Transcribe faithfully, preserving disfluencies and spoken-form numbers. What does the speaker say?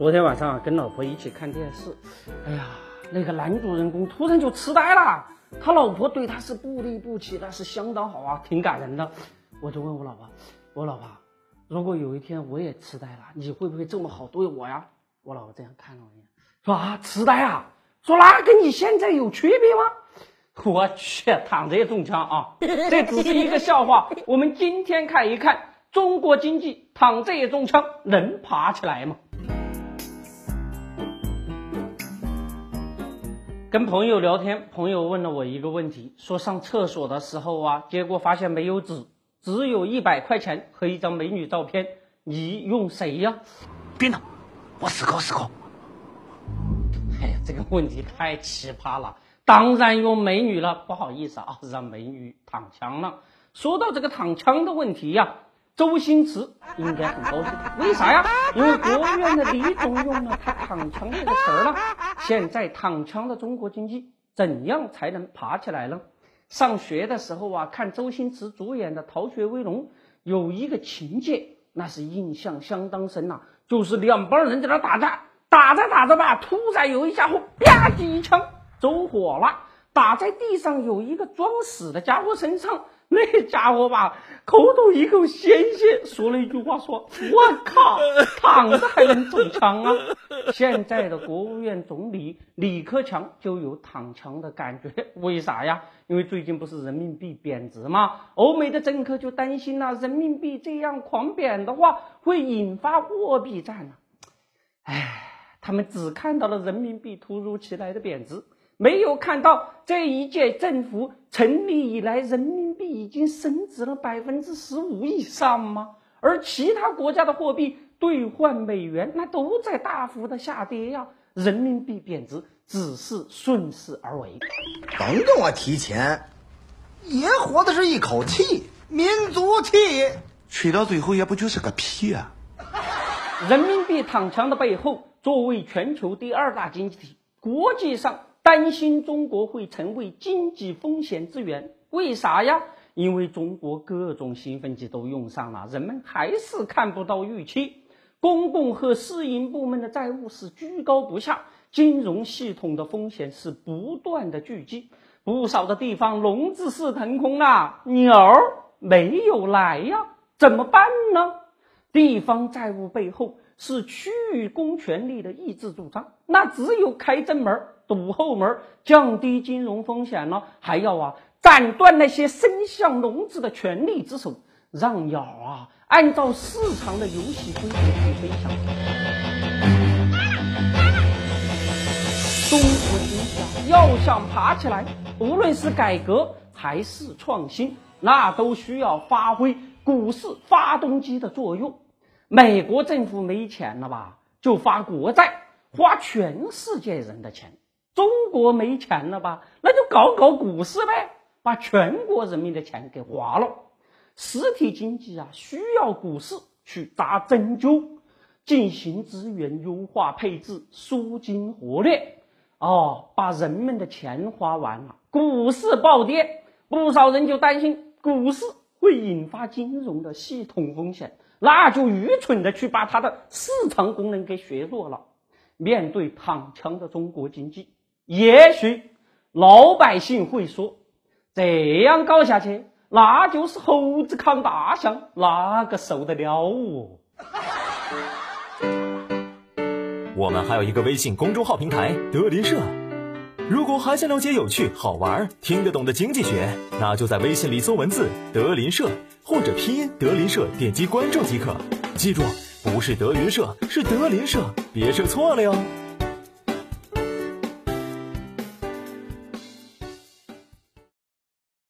昨天晚上啊，跟老婆一起看电视，哎呀，那个男主人公突然就痴呆了，他老婆对他是不离不弃的，是相当好啊，挺感人的。我就问我老婆，我老婆，如果有一天我也痴呆了，你会不会这么好对我呀？我老婆这样看了我一眼，说啊，痴呆啊，说那跟你现在有区别吗？我去，躺着也中枪啊！这只是一个笑话。我们今天看一看中国经济躺着也中枪，能爬起来吗？跟朋友聊天，朋友问了我一个问题，说上厕所的时候啊，结果发现没有纸，只有一百块钱和一张美女照片，你用谁呀？ 别闹，我思考思考。 哎呀，这个问题太奇葩了。当然用美女了，不好意思啊，让美女躺枪了。说到这个躺枪的问题呀、啊，周星驰应该很高兴，为啥呀？因为国务院的李总用了他躺枪这个词儿了。现在躺枪的中国经济怎样才能爬起来呢？上学的时候啊，看周星驰主演的《逃学威龙》，有一个情节，那是印象相当深呐、啊，就是两帮人在那打架，打着打着吧，突然有一家伙吧唧一枪走火了，打在地上有一个装死的家伙身上，那家伙吧口吐一口鲜血，说了一句话，说我靠，躺着还能中枪啊。现在的国务院总理李克强就有躺枪的感觉，为啥呀？因为最近不是人民币贬值吗？欧美的政客就担心啊，人民币这样狂贬的话会引发货币战啊。唉，他们只看到了人民币突如其来的贬值，没有看到这一届政府成立以来人民币已经升值了百分之十五以上吗？而其他国家的货币兑换美元那都在大幅的下跌呀、啊，人民币贬值只是顺势而为。 甭跟我提钱，也活的是一口气，民族气， 吹到最后也不就是个屁啊！ 人民币躺枪的背后，作为全球第二大经济体，国际上担心中国会成为经济风险之源。为啥呀？因为中国各种兴奋剂都用上了，人们还是看不到预期。公共和私营部门的债务是居高不下，金融系统的风险是不断的聚集，不少的地方笼子是腾空啊，鸟没有来呀，怎么办呢？地方债务背后是区域公权力的意志主张，那只有开正门堵后门，降低金融风险呢，还要啊斩断那些伸向笼子的权力之手，让鸟啊按照市场的游戏规则去飞翔。中国经济啊要想爬起来，无论是改革还是创新，那都需要发挥股市发动机的作用。美国政府没钱了吧，就发国债，花全世界人的钱。中国没钱了吧，那就搞搞股市呗，把全国人民的钱给花了。实体经济啊，需要股市去扎针灸，进行资源优化配置，输金活链。哦，把人们的钱花完了，股市暴跌，不少人就担心股市会引发金融的系统风险，那就愚蠢的去把它的市场功能给削弱了。面对躺枪的中国经济，也许老百姓会说，这样搞下去，那就是猴子扛大象，哪个受得了哦？ 我们还有一个微信公众号平台德林社，如果还想了解有趣好玩听得懂的经济学，那就在微信里搜文字德林社或者拼音德林社，点击关注即可。记住，不是德云社，是德林社，别设错了哟。